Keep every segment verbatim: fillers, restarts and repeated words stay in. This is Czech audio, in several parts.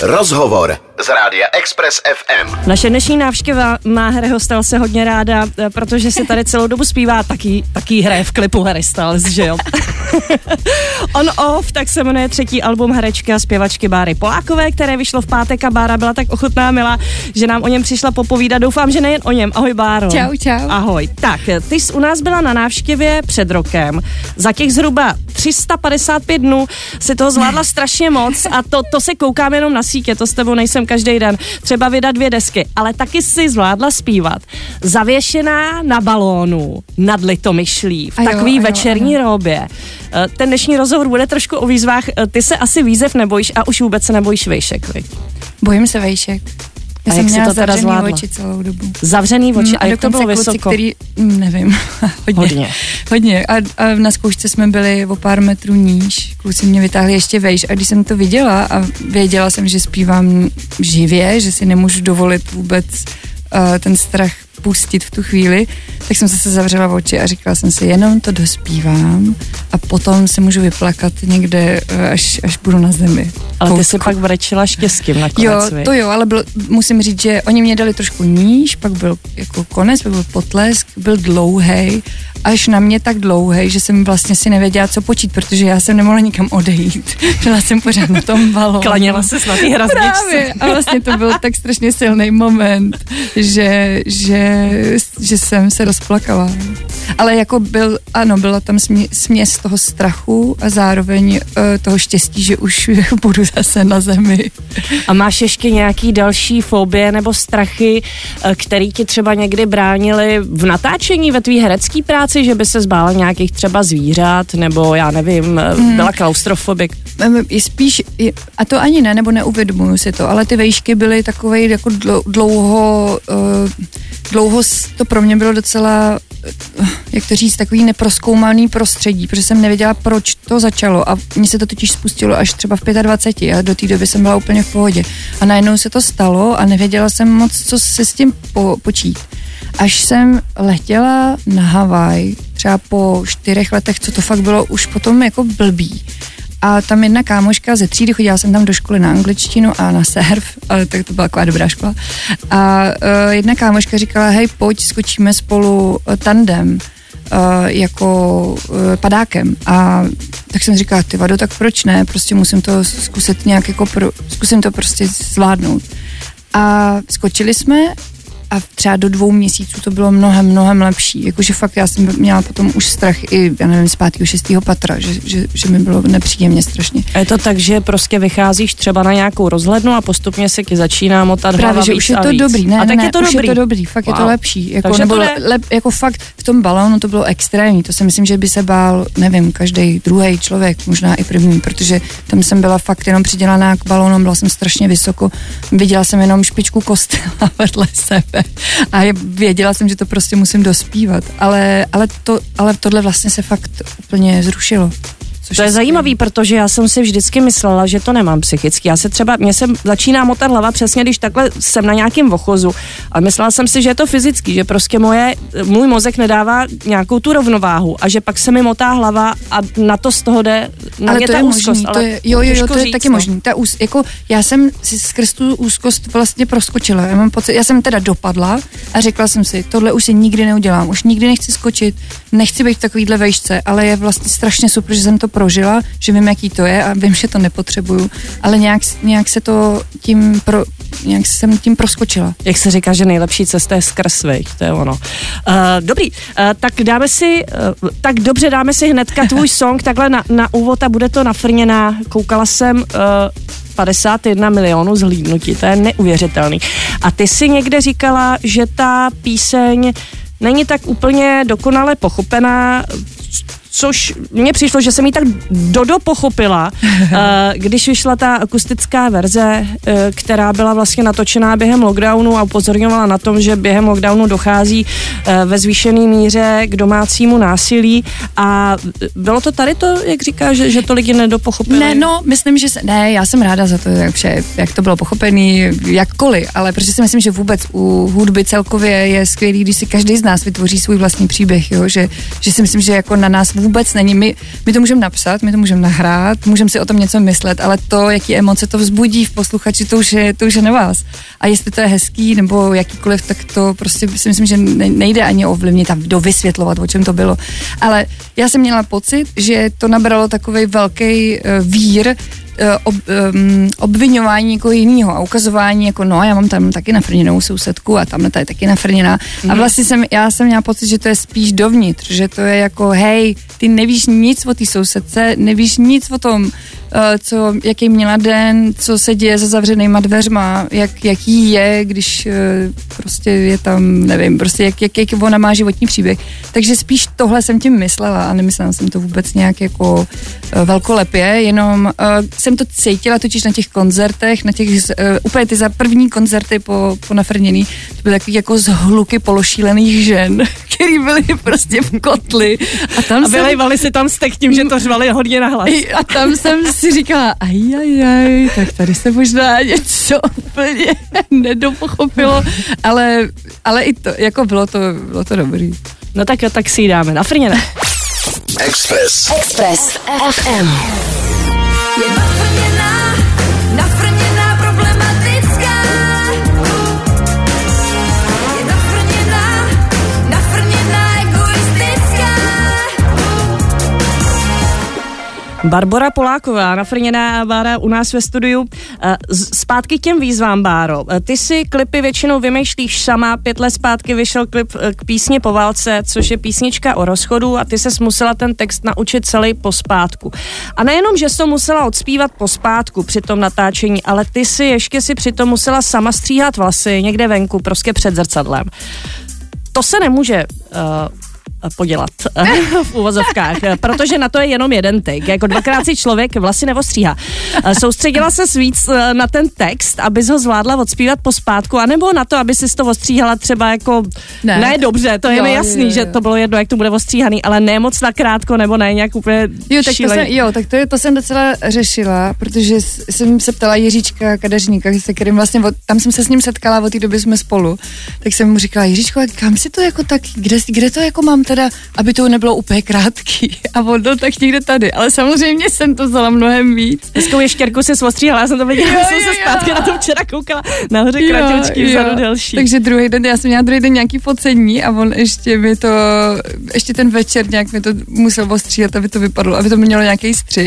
Rozhovor z Rádia Express F M. Naše dnešní návštěva má Harry Styles se hodně ráda, protože si tady celou dobu zpívá, taky, taky hraje v klipu Harry Styles, že jo? On Off, tak se jmenuje třetí album herečky a zpěvačky Báry Polákové, které vyšlo v pátek a Bára byla tak ochotná, milá, že nám o něm přišla popovídat. Doufám, že nejen o něm. Ahoj, Báro. Čau, čau. Ahoj. Tak, ty jsi u nás byla na návštěvě před rokem. Za těch zhruba tři sta padesát pět dnů si toho zvládla strašně moc a to, to se koukám jenom na sítě, to s tebou nejsem každý den. Třeba vydat dvě desky, ale taky si zvládla zpívat. Zavěšená na balónu nad Litomyšlí v takový večerní róbě. Ten dnešní rozhovor bude trošku o výzvách. Ty se asi výzev nebojíš a už vůbec se nebojíš vejšek, viď? Bojím se vejšek. Já a jsem jak měla si to teda zavřený zvládla? oči celou dobu. Zavřený oči? Mm, a, a jak to bylo kluci, vysoko? Který, nevím, hodně. Hodně. Hodně. A, a na zkoušce jsme byli o pár metrů níž. Kluci mě vytáhli ještě vejš. A když jsem to viděla a věděla jsem, že zpívám živě, že si nemůžu dovolit vůbec uh, ten strach pustit v tu chvíli, tak jsem se zavřela v oči a říkala jsem si, jenom to dospívám a potom se můžu vyplakat někde, až, až budu na zemi. Ale ty Kousku. si pak vrečila štěstím nakonec. Jo, to jo, ale bylo, musím říct, že oni mě dali trošku níž, pak byl jako konec, pak byl potlesk, byl dlouhej, až na mě tak dlouhej, že jsem vlastně si nevěděla, co počít, protože já jsem nemohla nikam odejít. Byla jsem pořád na tom balónu. Klaněla se na té hrazdičce. Právě. A vlastně to byl tak strašně silný moment, že, že, že jsem se rozplakala. Ale jako byl, ano, byla tam smě, směs toho strachu a zároveň uh, toho štěstí, že už budu zase na zemi. A máš ještě nějaký další fobie nebo strachy, který ti třeba někdy bránili v natáčení ve tvý herecký práci, že by se zbála nějakých třeba zvířat, nebo já nevím, hmm. byla klaustrofobik? Je spíš, a to ani ne, nebo neuvědomuju si to, ale ty vejšky byly takové jako dlouho, uh, dlouho to pro mě bylo docela, jak to říct, takový neprozkoumaný prostředí, protože jsem nevěděla, proč to začalo a mně se to totiž spustilo až třeba v dvaceti pěti a do té doby jsem byla úplně v pohodě. A najednou se to stalo a nevěděla jsem moc, co se s tím po, počít. Až jsem letěla na Havaj, třeba po čtyřech letech, co to fakt bylo už potom jako blbý. A tam jedna kámoška ze třídy, chodila jsem tam do školy na angličtinu a na surf, ale tak to byla taková dobrá škola. A uh, jedna kámoška říkala, hej, pojď, skočíme spolu tandem, uh, jako uh, padákem. A tak jsem říkala, ty vado, tak proč ne, prostě musím to zkusit nějak jako, pro, zkusím to prostě zvládnout. A skočili jsme a třeba do dvou měsíců to bylo mnohem, mnohem lepší. Jakože fakt já jsem měla potom už strach i, já nevím, z pátého, šestého patra, že, že, že mi bylo nepříjemně strašně. A je to tak, že prostě vycházíš třeba na nějakou rozhlednu a postupně se ti začíná motat Právě, hlava že víc už je a to víc. dobrý, ne, a tak ne, je to už dobrý. je to dobrý, fakt wow. Je to lepší. Jako, nebo to lep, jako fakt v tom balónu to bylo extrémní, to si myslím, že by se bál, nevím, každý druhý člověk, možná i první, protože tam jsem byla fakt jenom přidělaná k balónu, byla jsem strašně vysoko, viděla jsem jenom špičku kostela vedle sebe a je věděla jsem, že to prostě musím dospívat, ale, ale, to, ale tohle vlastně se fakt úplně zrušilo. To je zajímavý, protože já jsem si vždycky myslela, že to nemám psychicky. Já se třeba, mně se začíná motat hlava přesně, když takhle jsem na nějakém vochozu. A myslela jsem si, že je to fyzický, že prostě moje, můj mozek nedává nějakou tu rovnováhu a že pak se mi motá hlava a na to z toho jde, na ale mě to ta je úzkost. Možný, ale to je, jo, jo, jo, to je říct, taky no. možný. Ta úz, jako, já jsem si skrz tu úzkost vlastně proskočila. Já mám pocit, já jsem teda dopadla a řekla jsem si, tohle už si nikdy neudělám, už nikdy nechci skočit, nechci být v takovýhle vejšce, ale je vlastně strašně super, že jsem to prožila, že vím, jaký to je a vím, že to nepotřebuju, ale nějak, nějak se to tím, pro, nějak jsem tím proskočila. Jak se říká, že nejlepší cesta je skrz, viď, to je ono. Uh, dobrý, uh, tak dáme si, uh, tak dobře dáme si hnedka tvůj song, takhle na, na úvod a bude to nafrněná, koukala jsem, uh, padesát jedna milionů zhlídnutí, to je neuvěřitelný. A ty si někde říkala, že ta píseň není tak úplně dokonale pochopená, což mně přišlo, že jsem ji tak dodo pochopila, když vyšla ta akustická verze, která byla vlastně natočená během lockdownu a upozorňovala na tom, že během lockdownu dochází ve zvýšené míře k domácímu násilí a bylo to tady to, jak říká, že, že to lidi nedopochopili? Ne, no, myslím, že se, ne, já jsem ráda za to, jak, vše, jak to bylo pochopený, jakkoliv, ale protože si myslím, že vůbec u hudby celkově je skvělý, když si každý z nás vytvoří svůj vlastní příběh, jo? Že, že si myslím, že jako na nás vůbec není. My, my to můžeme napsat, my to můžeme nahrát, můžeme si o tom něco myslet, ale to, jaký emoce to vzbudí v posluchači, to už je, to už je na vás. A jestli to je hezký nebo jakýkoliv, tak to prostě si myslím, že nejde ani ovlivnit a dovysvětlovat, o čem to bylo. Ale já jsem měla pocit, že to nabralo takovej velký uh, vír, Ob, um, obviňování někoho jiného a ukazování jako no, já mám tam taky nafrněnou sousedku a tamhle ta je taky nafrněná. Mm. A vlastně jsem, já jsem měla pocit, že to je spíš dovnitř, že to je jako hej, ty nevíš nic o té sousedce, nevíš nic o tom, uh, co, jaký měla den, co se děje za zavřenýma dveřma, jak, jaký je, když uh, prostě je tam, nevím, prostě jak, jak, jak ona má životní příběh. Takže spíš tohle jsem tím myslela a nemyslela jsem to vůbec nějak jako uh, velkolepě, jenom uh, jsem to cítila totiž na těch koncertech, na těch uh, úplně ty za první koncerty po, po nafrněný, to byly takový jako zhluky pološílených žen, který byly prostě v kotli. A tam a vylejvali si tam stek tím, že to řvali hodně nahlas. A tam jsem si říkala, ajajaj, tak tady se možná něco úplně nedopochopilo, ale, ale i to, jako bylo to, bylo to dobrý. No tak jo, tak si ji dáme. Nafrněná. Express. Express ef em. Je nafrněná, nafrněná, problematická. Je nafrněná, nafrněná, egoistická. Barbora Poláková, nafrněná Bára u nás ve studiu. Zpátky k těm výzvám, Báro. Ty si klipy většinou vymýšlíš sama. Pět let zpátky vyšel klip k písni Po válce, což je písnička o rozchodu a ty ses musela ten text naučit celý pospátku. A nejenom, že jsi to musela odspívat pospátku při tom natáčení, ale ty si ještě si přitom musela sama stříhat vlasy někde venku, prostě před zrcadlem. To se nemůže uh, podělat v uvozovkách, protože na to je jenom jeden take. Jako dvakrát si člověk vlasy neostříhá. Soustředila ses víc na ten text, abys ho zvládla odspívat pospátku, anebo na to, aby si to ostříhala třeba jako ne, ne dobře, to je jo, mi jasný, jo, jo. že to bylo jedno, jak to bude ostříhaný, ale ne moc nakrátko, nebo ne nějak úplně jo, tak to jsem, jo, tak to, je, to jsem docela řešila, protože jsem se ptala Jiříčka Kadeřníka, se kterým vlastně, tam jsem se s ním setkala, od té doby jsme spolu, tak jsem mu říkala, Jiříčko, kam si to jako tak, kde, kde to jako mám teda, aby to nebylo úplně krátký. A on byl tak někde tady. Ale samozřejmě jsem to vzala mnohem víc. Hezkou ještěrku se ostříhala, já jsem to viděla, já jsem se zpátky na to včera koukala. Nahoře kratičky, vzadu delší. Takže druhý den, já jsem měla druhý den nějaký focení a on ještě mi to, ještě ten večer nějak mi to musel ostříhat, aby to vypadlo, aby to mělo nějaký střih.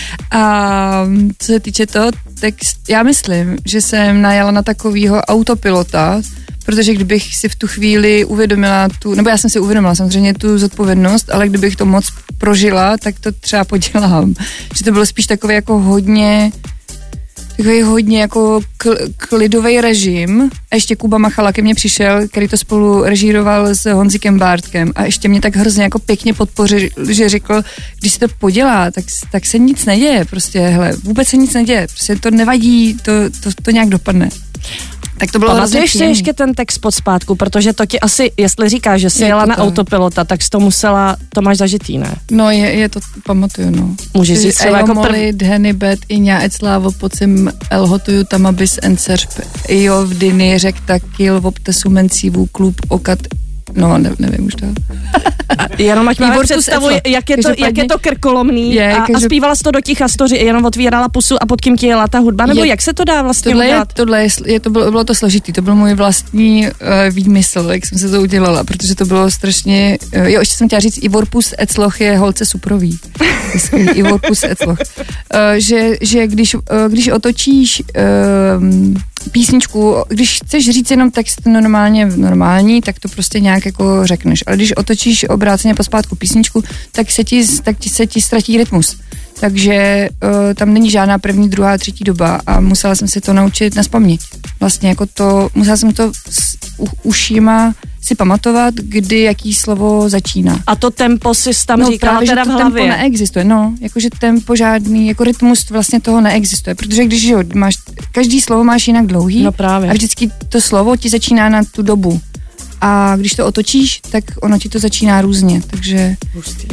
A co se týče toho text, já myslím, že jsem najala na takovýho autopilota, protože kdybych si v tu chvíli uvědomila tu, nebo já jsem si uvědomila samozřejmě tu zodpovědnost, ale kdybych to moc prožila, tak to třeba podělám. Že to bylo spíš takový jako hodně, takový hodně jako klidový režim. A ještě Kuba Machala ke mně přišel, který to spolu režíroval s Honzíkem Bártkem a ještě mě tak hrozně jako pěkně podpořil, že řekl, když se to podělá, tak, tak se nic neděje, prostě, hele, vůbec se nic neděje, prostě to nevadí, to, to, to nějak dopadne. Tak to bylo Pamatuješ si ještě ten text pod zpátku, protože to ti asi, jestli říkáš, že jsi je jela na to autopilota, tak jsi to musela, to máš zažitý, ne? No je, je to, pamatuju, no. Můžeš říct třeba jako prv... Dhenibet, Iňa, Eclávo, pocim Elhotuju, Tamabis, Encerp, Ijo, v Dyny, řek takil, v obtesu mencívů, klub, okat, no ne, nevím už to. Jenom ať máme představu, jak je, to, jak je to krkolomný je, a, každop... a zpívala jsi to do ticha, stoři, jenom otvírala pusu a pod kým ti jela ta hudba, nebo je, jak se to dá vlastně tohle udělat? Je, tohle je, je, to bylo, bylo to složitý, to byl můj vlastní uh, výmysl, jak jsem se to udělala, protože to bylo strašně, uh, jo, ještě jsem chtěla říct, Ivorpus Ecloch je holce suprový. Ivorpus Ecloch. Uh, že, že když, uh, když otočíš uh, písničku, když chceš říct jenom text normálně normální, tak to prostě nějak jako řekneš, ale když otočíš obráceně pospátku písničku, tak se ti, tak ti, se ti ztratí rytmus. Takže uh, tam není žádná první, druhá, třetí doba a musela jsem si to naučit nazpaměť. Vlastně jako to, musela jsem to s u, ušima si pamatovat, kdy jaký slovo začíná. A to tempo si tam no, říkala právě, teda v hlavě. Tempo neexistuje, no, jakože tempo žádný, jako rytmus vlastně toho neexistuje, protože když jo, máš, každý slovo máš jinak dlouhý no právě. A vždycky to slovo ti začíná na tu dobu. A když to otočíš, tak ono ti to začíná různě, takže... Hustý.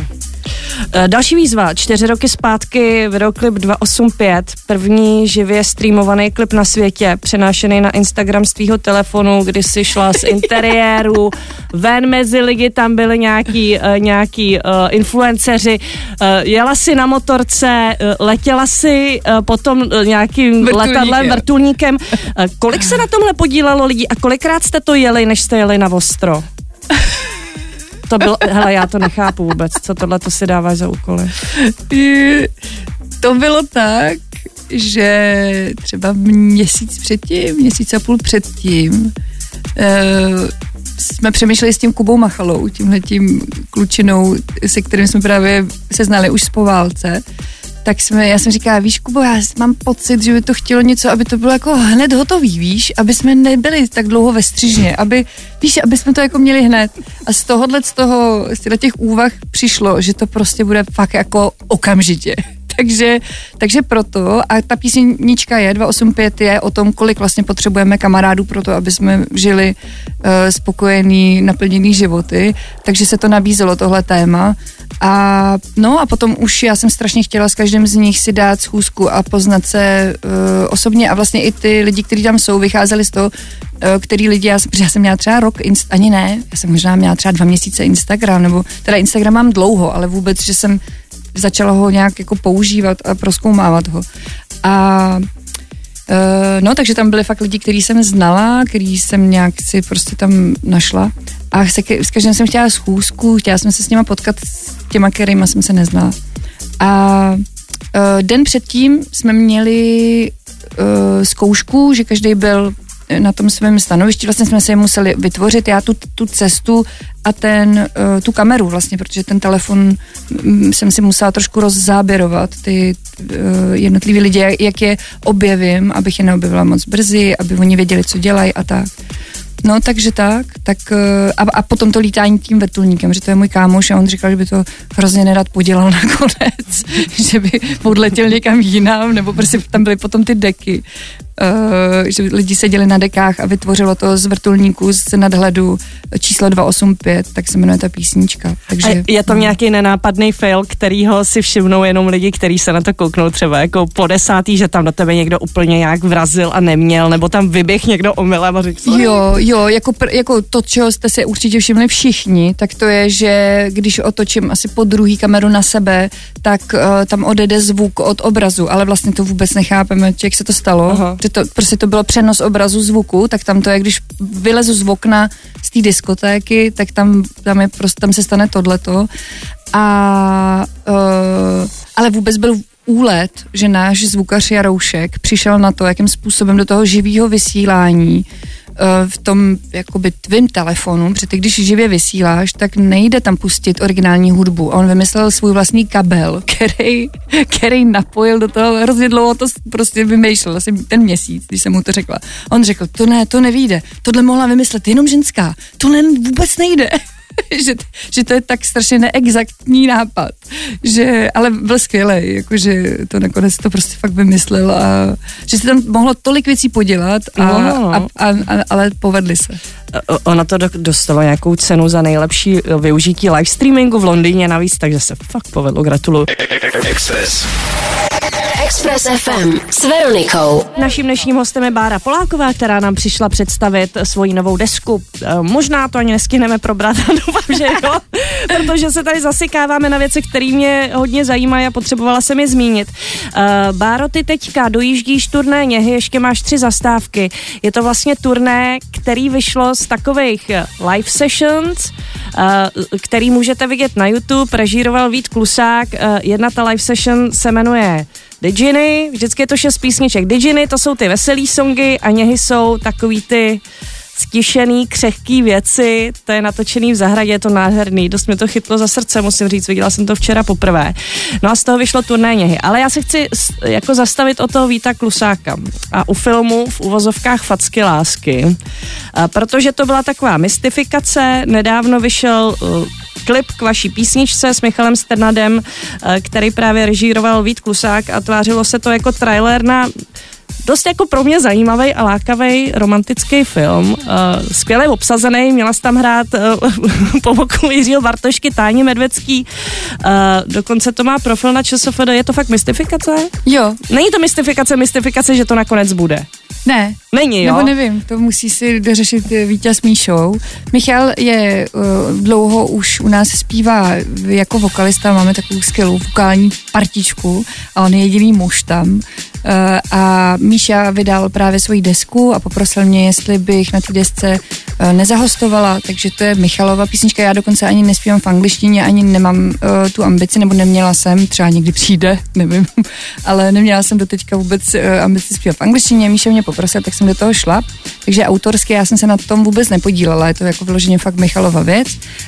Další výzva. Čtyři roky zpátky videoklip dva osm pět, první živě streamovaný klip na světě, přenášený na Instagram z tvýho telefonu, kdy jsi šla z interiéru, ven mezi lidi, tam byli nějaký, uh, nějaký uh, influenceři, uh, jela si na motorce, uh, letěla si uh, potom uh, nějakým letadlem, vrtulníkem. Uh, kolik se na tomhle podílelo lidí a kolikrát jste to jeli, než jste jeli na ostro? To bylo, hele, já to nechápu vůbec, co tohle to si dáváš za úkoly. To bylo tak, že třeba měsíc předtím, měsíc a půl předtím uh, jsme přemýšleli s tím Kubou Machalou, tímhletím klučinou, se kterým jsme právě se znali už z Poválce, tak jsme, já jsem říkala, víš, Kubo, já mám pocit, že by to chtělo něco, aby to bylo jako hned hotový, víš, aby jsme nebyli tak dlouho ve střižně, aby, víš, aby jsme to jako měli hned. A z tohohle, z toho, z těch úvah přišlo, že to prostě bude fakt jako okamžitě. Takže, takže proto, a ta písnička je, dva osm pět je o tom, kolik vlastně potřebujeme kamarádů pro to, aby jsme žili uh, spokojený, naplněný životy, takže se to nabízelo, tohle téma. A no a potom už já jsem strašně chtěla s každým z nich si dát schůzku a poznat se uh, osobně a vlastně i ty lidi, kteří tam jsou, vycházeli z toho, uh, který lidi, já jsem, já jsem měla třeba rok, inst, ani ne, já jsem možná měla třeba dva měsíce Instagram, nebo teda Instagram mám dlouho, ale vůbec, že jsem začala ho nějak jako používat a prozkoumávat ho. A e, no, takže tam byly fakt lidi, který jsem znala, který jsem nějak si prostě tam našla a se, s každým jsem chtěla schůzku, chtěla jsem se s něma potkat, s těma, kterýma jsem se neznala. A e, den předtím jsme měli e, zkoušku, že každý byl na tom svém stanovišti, vlastně jsme si je museli vytvořit, já tu, tu cestu a ten, uh, tu kameru vlastně, protože ten telefon m, jsem si musela trošku rozzáběrovat ty uh, jednotlivý lidi, jak, jak je objevím, abych je neobjevila moc brzy, aby oni věděli, co dělají a tak. No, takže tak, tak a, a potom to lítání tím vrtulníkem, že to je můj kámoš a on říkal, že by to hrozně nerad podělal nakonec, že by odletěl někam jinam, nebo prostě tam byly potom ty deky, uh, že lidi seděli na dekách a vytvořilo to z vrtulníku z nadhledu číslo dva osm pět, tak se jmenuje ta písnička. Takže, a je to nějaký nenápadný fail, kterýho si všimnou jenom lidi, kteří se na to kouknou třeba jako po desátý, že tam do tebe někdo úplně nějak vrazil a neměl, nebo tam vyběh někdo omylem a řekl, jo, jo, jako, pr- jako to, čeho jste si určitě všimli všichni, tak to je, že když otočím asi po druhý kameru na sebe, tak uh, tam odejde zvuk od obrazu, ale vlastně to vůbec nechápeme, jak se to stalo, Aha. že to prostě to bylo přenos obrazu zvuku, tak tam to je, když vylezu z okna z té diskotéky, tak tam, tam, je prostě, tam se stane tohleto. A, uh, ale vůbec byl úlet, že náš zvukař Jaroušek přišel na to, jakým způsobem do toho živého vysílání v tom jakoby tvým telefonu, protože ty, když živě vysíláš, tak nejde tam pustit originální hudbu. A on vymyslel svůj vlastní kabel, který, který napojil do toho, hrozně dlouho to prostě vymýšlel, asi ten měsíc, když jsem mu to řekla. On řekl, to ne, to nevíde, tohle mohla vymyslet jenom ženská, tohle vůbec nejde. že, že to je tak strašně neexaktní nápad, že, ale byl skvělej, jakože to nakonec to prostě fakt vymyslel a že se tam mohlo tolik věcí podělat, a, no. a, a, a, ale povedli se. Ono to dostalo nějakou cenu za nejlepší využití live streamingu v Londýně navíc, takže se fakt povedlo, gratuluju. Express. Express ef em s Veronikou. Naším dnešním hostem je Bára Poláková, která nám přišla představit svoji novou desku. Možná to ani nestihneme probrat, doufám, že jo, protože se tady zasykáváme na věci, které mě hodně zajímají a potřebovala jsem je zmínit. Báro, ty teďka dojíždíš turné Něhy, ještě máš tři zastávky. Je to vlastně turné, který vyšlo z takových live sessions, který můžete vidět na YouTube, režíroval Vít Klusák. Jedna ta live session se jmenuje Didžiny, vždycky je to šest písniček. Didžiny, to jsou ty veselý songy a Něhy jsou takový ty stišený, křehký věci, to je natočený v zahradě, je to nádherný, dost mě to chytlo za srdce, musím říct, viděla jsem to včera poprvé. No a z toho vyšlo turné Něhy, ale já se chci jako zastavit od toho Víta Klusáka a u filmu v uvozovkách Facky lásky, a protože to byla taková mystifikace, nedávno vyšel uh, klip k vaší písničce s Michalem Strnadem, uh, který právě režíroval Vít Klusák a tvářilo se to jako trailer na dost jako pro mě zajímavý a lákavý romantický film. Uh, skvěle obsazený, měla jsi tam hrát uh, po boku Jiřího Bartošky, Táni Medvecký. Uh, dokonce to má profil na ČSFD. Je to fakt mystifikace? Jo. Není to mystifikace, mystifikace, že to nakonec bude. Ne. Není, jo? Nebo nevím, to musí si dořešit Vítěz Míšou. Michal je uh, dlouho už u nás zpívá jako vokalista, máme takovou skvělou vokální partičku a on je jediný muž tam. Uh, a Míša vydal právě svoji desku a poprosil mě, jestli bych na té desce uh, nezahostovala, takže to je Michalova písnička. Já dokonce ani nespívám v angličtině, ani nemám uh, tu ambici, nebo neměla jsem, třeba někdy přijde, nevím, ale neměla jsem doteďka vůbec uh, ambici zpívat v angličtině. Míša mě poprosil, tak jsem do toho šla. Takže autorsky já jsem se na tom vůbec nepodílela, je to jako vyloženě fakt Michalova věc.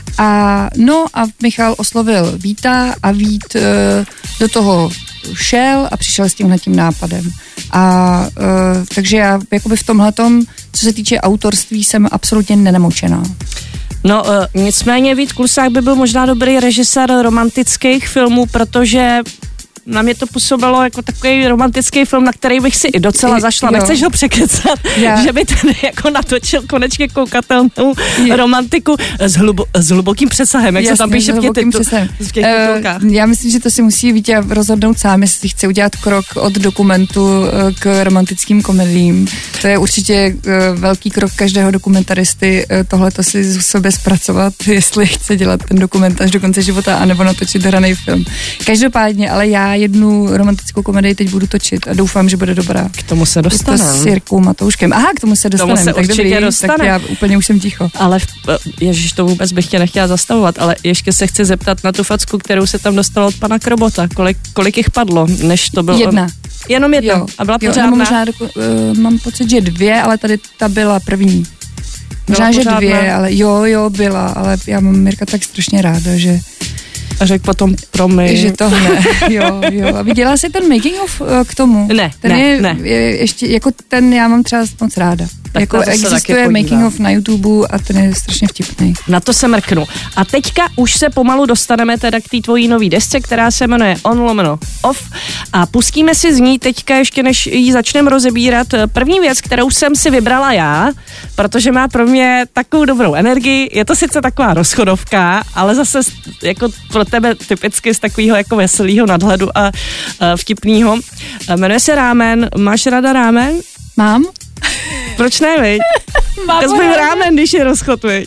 A no a Michal oslovil Víta a Vít uh, do toho šel a přišel s tímhletím nápadem. A uh, takže já jakoby v tomhletom, co se týče autorství, jsem absolutně nenamočená. No uh, nicméně Vít Klusák by byl možná dobrý režisér romantických filmů, protože na mě to působilo jako takový romantický film, na který bych si i docela zašla. Jo. Nechceš ho překecat, Já. že by tady jako natočil konečně koukatelnou Je. romantiku s, hlubo, s hlubokým přesahem, jak Jasně, se tam píše v těch, titul, v těch Uh, titulkách. já myslím, že to si musí Vítě rozhodnout sám, jestli chce udělat krok od dokumentu uh, k romantickým komediím. To je určitě uh, velký krok každého dokumentaristy, uh, tohleto si z sebe zpracovat, jestli chce dělat ten dokument až do konce života, anebo natočit hraný film. Každopádně, ale já jednu romantickou komedii teď budu točit a doufám, že bude dobrá. K tomu se Je to dostaneme. s Jirkou Matouškem. Aha, k tomu se dostaneme. se tak určitě dobrý, dostane. tak já úplně už jsem ticho. Ale, ježiš, to vůbec bych tě nechtěla zastavovat, ale ještě se chci zeptat na tu facku, kterou se tam dostalo od pana Krobota. Kolik, kolik jich padlo, než to bylo? Jedna. Jenom jedna. Jo, A byla jo, pořádná? nebo možná, doku, uh, mám pocit, že dvě, ale tady ta byla první. Možná, že pořádná? dvě, ale jo, jo, byla, ale já mám Mirka tak strašně ráda, že, A řekl potom promiň. že tohle, jo, jo. A viděla jsi ten making of uh, k tomu? Ne, ten ne, je, ne. je ještě, jako ten já mám třeba moc ráda. Tak jako na to se taky existuje podívám. making of na YouTube a ten je strašně vtipný. Na to se mrknu. A teďka už se pomalu dostaneme teda k té tvojí nový desce, která se jmenuje On lomeno Off. A pustíme si z ní teďka, ještě než ji začneme rozebírat, první věc, kterou jsem si vybrala já, protože má pro mě takovou dobrou energii. Je to sice taková rozchodovka, ale zase jako pro tebe typicky z takového jako veselého nadhledu a, a vtipného. Jmenuje se Rámen. Máš ráda rámen? Mám? Proč ne, viď? Mám Vezmi ráda. rámen, když je rozchod, viď?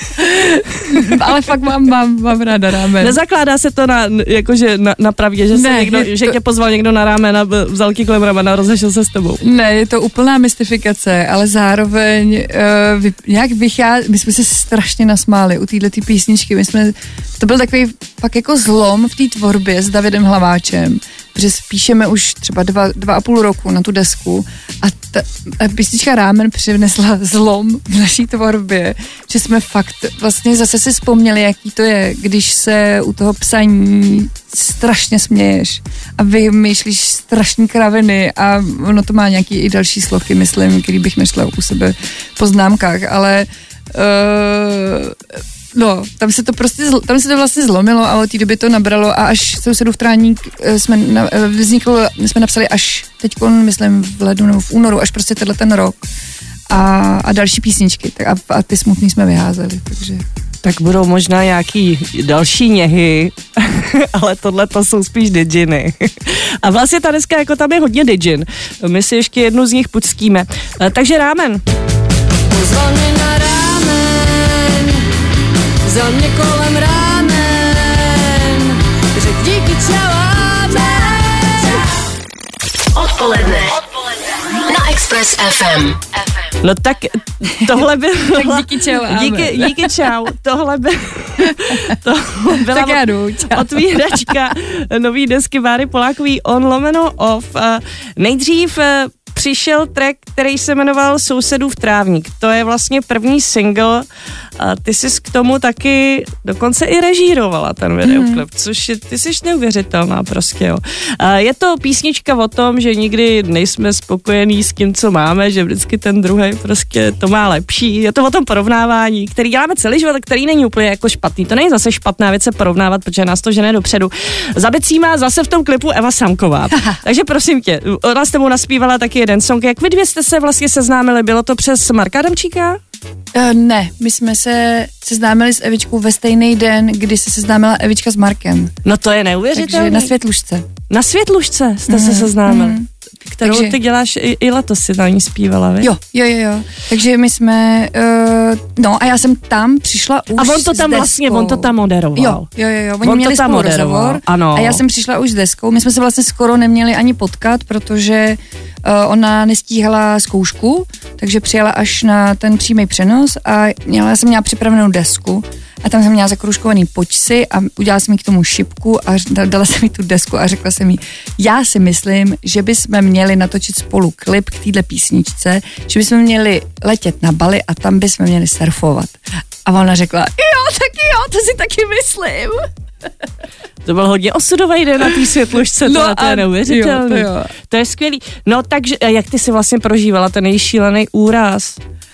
Ale fakt mám, mám, mám ráda rámen. Nezakládá se to na, jakože na, na pravdě, že, se Ne, někdo, je že to- tě pozval někdo na rámen a vzal kilem ramena a rozešel se s tebou. Ne, je to úplná mystifikace, ale zároveň uh, vy, nějak bych já, my jsme se strašně nasmáli u této písničky, my jsme, to byl takový fakt jako zlom v té tvorbě s Davidem Hlaváčem, protože píšeme už třeba dva, dva a půl roku na tu desku a ta, ta písnička Rámen přinesla zlom v naší tvorbě, že jsme fakt vlastně zase si vzpomněli, jaký to je, když se u toho psaní strašně směješ a vymýšlíš strašný kraviny a ono to má nějaký i další sloky, myslím, který bych nešla u sebe po známkách, ale uh, no, tam se to prostě, zl, tam se to vlastně zlomilo a od té doby to nabralo a až Sousedův tráník jsme na, vznikl, jsme napsali až teďko, myslím, v lednu nebo v únoru, až prostě tenhle ten rok a, a další písničky tak a, a ty smutný jsme vyházeli, takže... Tak budou možná nějaký další něhy, ale tohle to jsou spíš didžiny. A vlastně ta dneska jako tam je hodně didžin. My si ještě jednu z nich pustíme. Takže Rámen. Pozval mě na rámen, vzal mě kolem rámen, řekl díky, čau, amen. Odpoledne. Na Express F M. No tak tohle by byla... Tak díky, čau, amen. Díky, díky čau. Tohle by... Tohle byla Tak já jdu, čau. otvíračka nový desky Báry Polákový On lomeno Off. Nejdřív přišel track, který se jmenoval Sousedův trávník. To je vlastně první single. A ty jsi k tomu taky dokonce i režírovala ten videoklip, mm. což je, ty jsi neuvěřitelná prostě, jo. A je to písnička o tom, že nikdy nejsme spokojení s tím, co máme, že vždycky ten druhý prostě to má lepší. Je to o tom porovnávání, který děláme celý život, který není úplně jako špatný. To není zase špatná věc se porovnávat, protože nás to žene dopředu. Za bicí má zase v tom klipu Eva Samková. Takže prosím tě, ona s tebou naspívala taky jeden jeden song. Jak vy dvě jste se vlastně seznámili? Bylo to přes Marka Adamčíka? Uh, ne, my jsme se seznámili s Evičkou ve stejný den, kdy se seznámila Evička s Markem. No to je neuvěřitelné. Takže na Světlušce. Na Světlušce jste mm, se seznámili. Mm. Kterou Takže, ty děláš, i, i letos si na ní zpívala, víš? Jo, jo, jo, jo. Takže my jsme, uh, no a já jsem tam přišla už A on to tam vlastně, on to tam moderoval. Jo, jo, jo, jo. Oni on měli spolu rozhovor ano. A já jsem přišla už s deskou. My jsme se vlastně skoro neměli ani potkat, protože uh, ona nestíhala zkoušku, takže přijela až na ten přímý přenos a měla, já jsem měla připravenou desku. A tam jsem měla zakroužkovaný počsy a udělala jsem jí k tomu šipku a dala jsem jí tu desku a řekla jsem jí, já si myslím, že bychom měli natočit spolu klip k téhle písničce, že bychom měli letět na Bali a tam bychom měli surfovat. A ona řekla, jo, taky jo, to si taky myslím. To byl hodně osudový den na té Světlušce, no to, to je neuvěřitelné. To, to, to je skvělý. No takže, jak ty si vlastně prožívala ten její šílený úraz?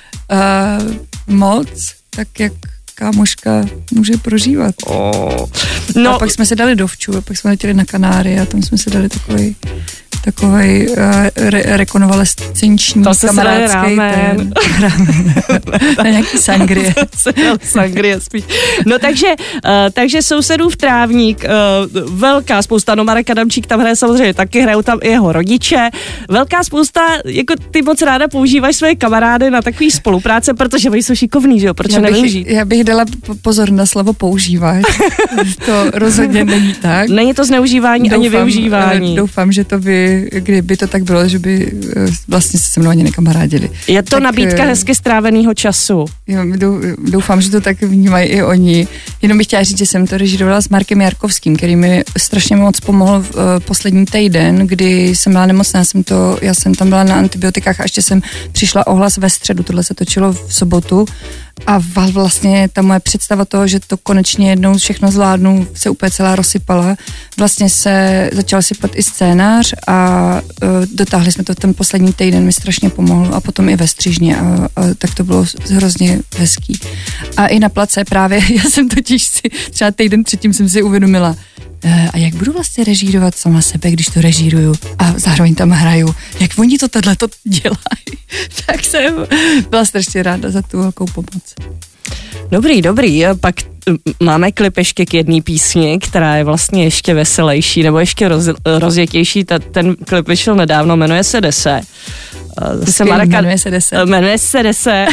Uh, moc, tak jak kámoška může prožívat. Oh. No. A pak jsme se dali do vču, a pak jsme letěli na Kanáry a tam jsme se dali takový takovej uh, re- rekonvalescenční kamarádský ten rámen. Na nějaký sangrie. Sangrie spíš. No takže, uh, takže Sousedův trávník, uh, velká spousta, no Marek Adamčík tam hraje samozřejmě taky, hrajou tam i jeho rodiče, velká spousta, jako ty moc ráda používáš své kamarády na takový spolupráce, protože oni jsou šikovný, že jo, proč nevyužít? Já bych dala pozor na slovo používat. To rozhodně není tak. Není to zneužívání doufám, ani využívání. Doufám, že to by kdyby to tak bylo, že by vlastně se se mnou ani nekamarádili. Je to tak, nabídka hezky stráveného času. Jo, doufám, že to tak vnímají i oni. Jenom bych chtěla říct, že jsem to režírovala s Markem Jarkovským, který mi strašně moc pomohl v uh, poslední týden, kdy jsem byla nemocná, jsem to, já jsem tam byla na antibiotikách a ještě jsem přišla ohlas ve středu, tohle se točilo v sobotu a vlastně ta moje představa toho, že to konečně jednou všechno zvládnu, se úplně celá rozsypala. Vlastně se začal sypat i scénář a uh, dotáhli jsme to ten poslední týden, mi strašně pomohl a potom i ve střižně a, a tak to bylo hrozně hezký. A i na place právě, já jsem totiž si třeba týden předtím jsem si uvědomila, a jak budu vlastně režírovat sama sebe, když to režíruju a zároveň tam hraju, jak oni to tohleto dělají, tak jsem byla strašně ráda za tu velkou pomoc. Dobrý, dobrý, pak máme klip ještě k jedné písni, která je vlastně ještě veselější, nebo ještě roz, rozjetější, Ta, ten klip vyšel nedávno, jmenuje se Dese. Zase Marek, jmenuje se Dese. Jmenuje se Dese.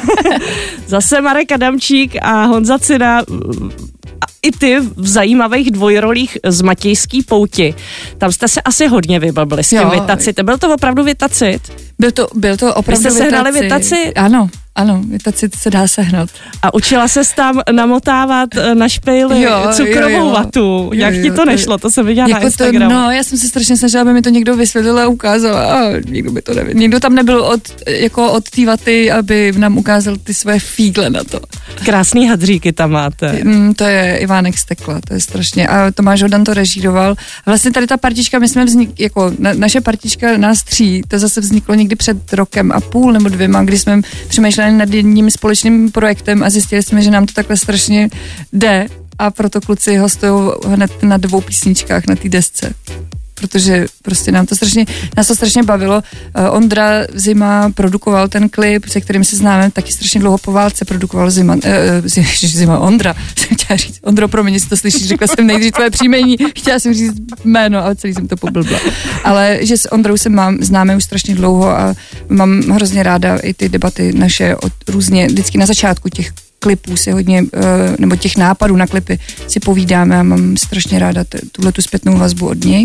Zase Marek Adamčík a Honza Cina a i ty v zajímavých dvojrolích z Matějský pouti. Tam jste se asi hodně vybavili s tím vytacit. Byl to opravdu vytacit? Byl to, byl to opravdu vytacit. Vy jste sehnali vytacit? Ano. Ano, vytacit se dá sehnat. A učila ses tam namotávat na špejli jo, cukrovou jo, jo. vatu. Jak jo, jo, ti to, to nešlo? To jsem viděla jako na Instagramu. To, no, já jsem se strašně snažila, aby mi to někdo vysvětlil a ukázal. A nikdo by to nevěděl. Nikdo tam nebyl od, jako od té vaty, aby nám ukázal ty své fígle na to. Krásný hadříky tam máte. Mm, to je Ivánek Stekla, to je strašně. A Tomáš Hodan to režíroval. Vlastně tady ta partička, my jsme vznik, jako na, naše partička nás tří, to zase vzniklo někdy před rokem a půl nebo dvěma, kdy jsme přemýšleli nad jedním společným projektem a zjistili jsme, že nám to takhle strašně jde a proto kluci hostují hned na dvou písničkách na té desce. Protože prostě nám to strašně, nás to strašně bavilo. Uh, Ondra Zima produkoval ten klip, se kterým se známe taky strašně dlouho po válce, produkoval Zima, uh, Zima, Zima Ondra, jsem chtěla říct, Ondro, promiň, jestli to slyšíš, řekla jsem nejdřív tvoje příjmení, chtěla jsem říct jméno, ale celý jsem to poblbla. Ale že s Ondrou se mám, známe už strašně dlouho a mám hrozně ráda i ty debaty naše od různě, vždycky na začátku těch klipů si hodně, nebo těch nápadů na klipy si povídáme a mám strašně ráda tuhle tu zpětnou vazbu od něj.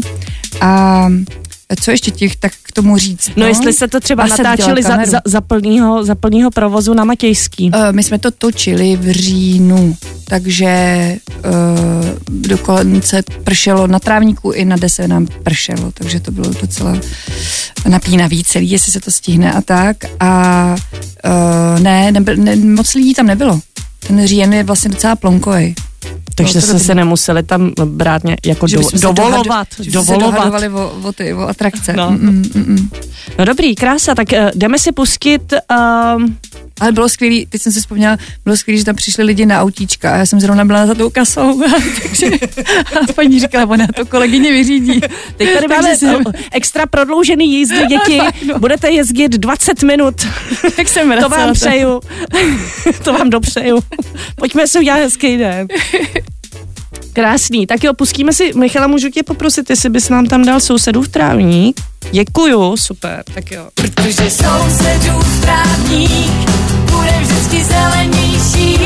A co ještě těch tak k tomu říct? No, no jestli se to třeba natáčeli za, za, za, plnýho, za plnýho provozu na Matějský. Uh, my jsme to točili v říjnu, takže uh, do konce pršelo na Trávníku i na Dese nám pršelo, takže to bylo docela napínavý celý, jestli se to stihne a tak. A uh, ne, nebyl, ne, moc lidí tam nebylo. Ten říjen je vlastně docela plonkovej. Takže jste se nemuseli tam brát ně, jako do, dovolovat. Že dovolovat. se dohadovali o, o, ty, o atrakce. No. Mm, mm, mm. no dobrý, krása, tak uh, jdeme si pustit uh, Ale bylo skvělý, teď jsem si vzpomněla, bylo skvělý, že tam přišli lidi na autíčka a já jsem zrovna byla za tou kasou, takže a paní říkala, ona to kolegyně vyřídí. Teď tady máme si... extra prodloužený jízdy, děti, no. Budete jezdit dvacet minut. Jak jsem to vám přeju. To vám dopřeju. Pojďme si udělat hezký den. Krásný. Tak jo, pustíme si, Michala, můžu tě poprosit, jestli bys nám tam dal Sousedův trávník. Děkuju, super, tak jo. Protože Sousedův trávník bude vždycky zelenější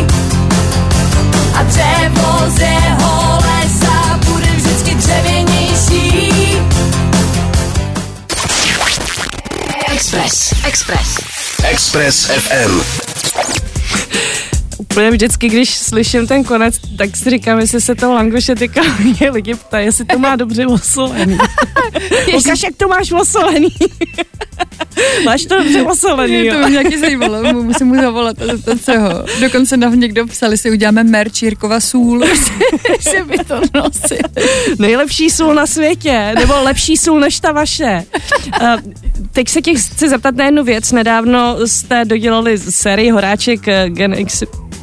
a dřevo z jeho lesa bude vždycky dřevěnější. Express. Express. Express F M. Úplně vždycky, když slyším ten konec, tak si říkám, jestli se toho Langoše teďka mě lidi ptají, jestli to má dobře osolený. Ukaž, jak to máš osolený. Máš to dobře osolený, jo. To mě nějaký zajímalo, musím mu zavolat a zeptat se ho. Dokonce nám někdo psali, si uděláme merch Jirkova sůl, že by to nosil. Nejlepší sůl na světě, nebo lepší sůl než ta vaše. Uh, teď se tě chci zeptat na jednu věc. Nedávno jste dodělali sérii Horáček Gen X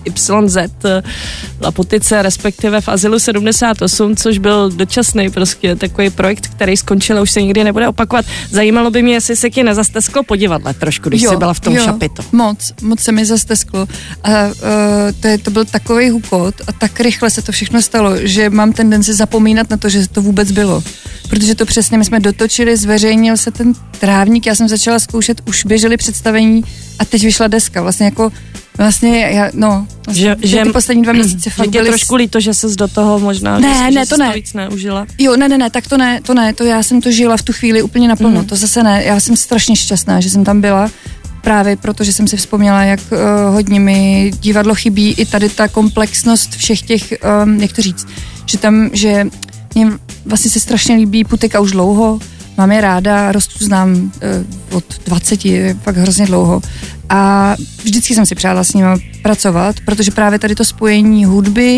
Y Z Lapotice, respektive v Azylu sedmdesát osm, což byl dočasný prostě takový projekt, který skončil a už se nikdy nebude opakovat. Zajímalo by mě, jestli se ti nezastesklo po divadle trošku, když jo, jsi byla v tom jo, šapitu. moc, moc se mi zastesklo. A uh, to, je, to byl takový hukot a tak rychle se to všechno stalo, že mám tendenci zapomínat na to, že to vůbec bylo. Protože to přesně, my jsme dotočili, zveřejnil se ten trávník, já jsem začala zkoušet, už běžely představení a teď vyšla deska. Vlastně jako Vlastně, já, no, vlastně že, že ty poslední dva měsíce fakt byly... Že tě trošku líto, že ses do toho možná, ne, že, ne, že to ne. to víc neužila. Jo, ne, ne, ne, tak to ne, to ne, to já jsem to žila v tu chvíli úplně naplno, mm. to zase ne, já jsem strašně šťastná, že jsem tam byla, právě protože jsem si vzpomněla, jak uh, hodně mi divadlo chybí, i tady ta komplexnost všech těch, um, jak to říct, že tam, že mě vlastně se strašně líbí Putika už dlouho, mám je ráda, Rostu znám uh, od dvaceti, fakt hrozně dlouho. A vždycky jsem si přála s nimi pracovat, protože právě tady to spojení hudby,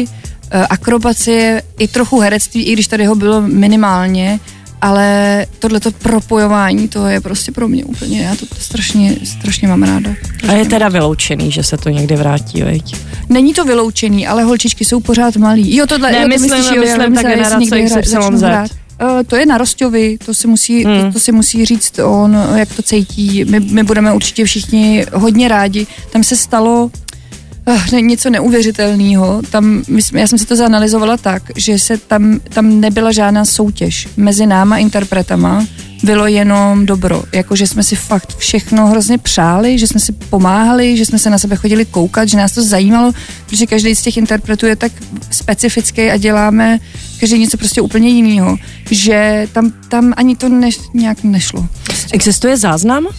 akrobacie i trochu herectví, i když tady ho bylo minimálně, ale tohleto propojování, to je prostě pro mě úplně, já to, to strašně, strašně mám ráda. A je teda vyloučený, že se to někdy vrátí, veď? Není to vyloučený, ale holčičky jsou pořád malí. Jo, tohle, ne, jo, to myslím, myslíš, jo, myslím ta generace X Y Z. Uh, to je na Rosťovi, to si musí, hmm. to, to si musí říct on, jak to cítí. My, my budeme určitě všichni hodně rádi. Tam se stalo uh, něco neuvěřitelného. Tam, my jsme, já jsem si to zanalyzovala tak, že se tam, tam nebyla žádná soutěž mezi náma interpretama, bylo jenom dobro. Jakože jsme si fakt všechno hrozně přáli, že jsme si pomáhali, že jsme se na sebe chodili koukat, že nás to zajímalo, protože každý z těch interpretů je tak specifický a děláme každý něco prostě úplně jiného, že tam, tam ani to ne, nějak nešlo. Prostě. Existuje záznam?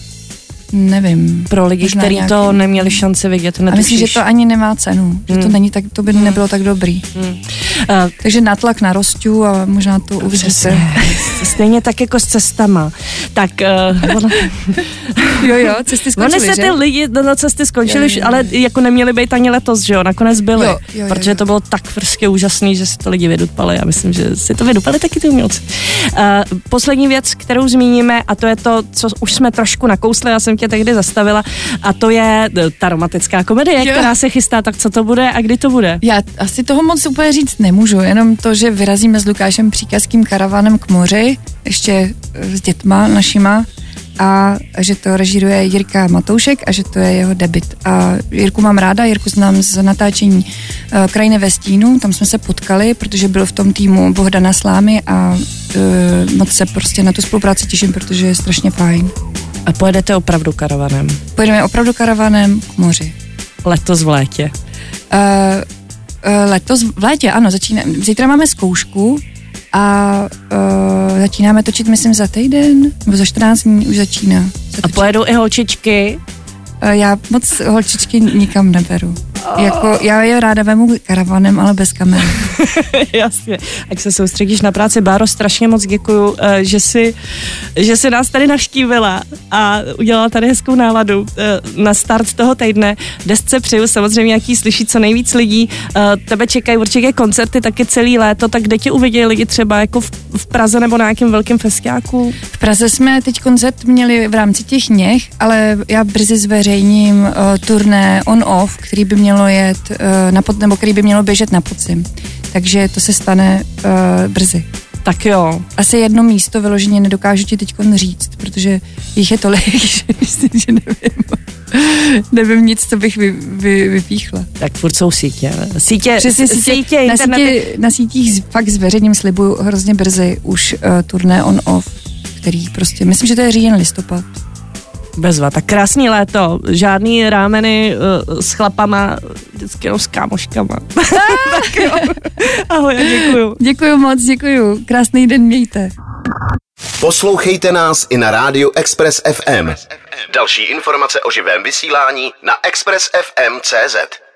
Nevím. Pro lidi, kteří nějaký... to neměli šanci vidět, netušíš. A myslím, že to ani nemá cenu, že hmm. to není tak, to by nebylo tak dobrý. Hmm. Uh, Takže natlak na Rosťu a možná to uvidíte. Stejně tak jako s cestama. Tak, uh, ono... jo, jo, cesty skončily, že? se ty lidi na cesty skončily, jo, jo, jo. Ale jako neměly být ani letos, že jo, nakonec byly. Jo, jo, jo, protože jo. to bylo tak prostě úžasný, že si to lidi vydupali. Já myslím, že si to vydupali taky ty umělci. Uh, poslední věc, kterou zmíníme, a to je to, co už jsme trošku nakousli, já jsem tě tehdy zastavila, a to je ta romantická komedie, jo. která se chystá, tak co to bude a kdy to bude? Já asi toho moc úplně říct nemůžu, jenom to, že vyrazíme s Lukášem Příkazským karavanem k moři, ještě s dětma našima, a že to režíruje Jirka Matoušek a že to je jeho debut. A Jirku mám ráda, Jirku znám z natáčení uh, Krajiny ve stínu, tam jsme se potkali, protože byl v tom týmu Bohdana Slámy a uh, moc se prostě na tu spolupráci těším, protože je strašně fajn. A pojedete opravdu karavanem? Pojedeme opravdu karavanem k moři. Letos v létě? Uh, uh, letos v létě, ano, začíná, zítra máme zkoušku a uh, začínáme točit, myslím, za týden, nebo za čtrnáct dní už začíná. A pojedou i holčičky? Uh, já moc holčičky nikam neberu. Jako, já je ráda vemu karavanem, ale bez kamery. Jasně. Ať se soustředíš na práci. Báro, strašně moc děkuju, že jsi, že jsi nás tady navštívila a udělala tady hezkou náladu na start toho týdne. Desce přeju samozřejmě, jak jí slyší co nejvíc lidí. Tebe čekají určitě koncerty taky celý léto, tak kde tě uvidějí lidi třeba jako v, v Praze nebo na nějakém velkém festiáku? V Praze jsme teď koncert měli v rámci těch něch, ale já brzy zveřejním uh, turné on-off, který by mělo jet uh, na pod, nebo který by mělo běžet na podzim. Takže to se stane uh, brzy. Tak jo. Asi jedno místo vyloženě nedokážu ti teď říct, protože jich je tolik, že myslím, že nevím. Nevím nic, co bych vy, vy, vypíchla. Tak furt jsou sítě. Sítě, Přesně sítě, sítě na, internety. sítě, na sítích z, fakt zveřejním, slibuju hrozně brzy už uh, turné on-off, který prostě, myslím, že to je říjen, listopad. Bezva, tak krásný léto, žádný rámeny uh, s chlapama, vždycky jenom s kámoškama. Tak jo, ahoj a děkuju. Děkuju moc, děkuju, krásný den mějte. Poslouchejte nás i na rádiu Express F M. Další informace o živém vysílání na express f m tečka cé zet.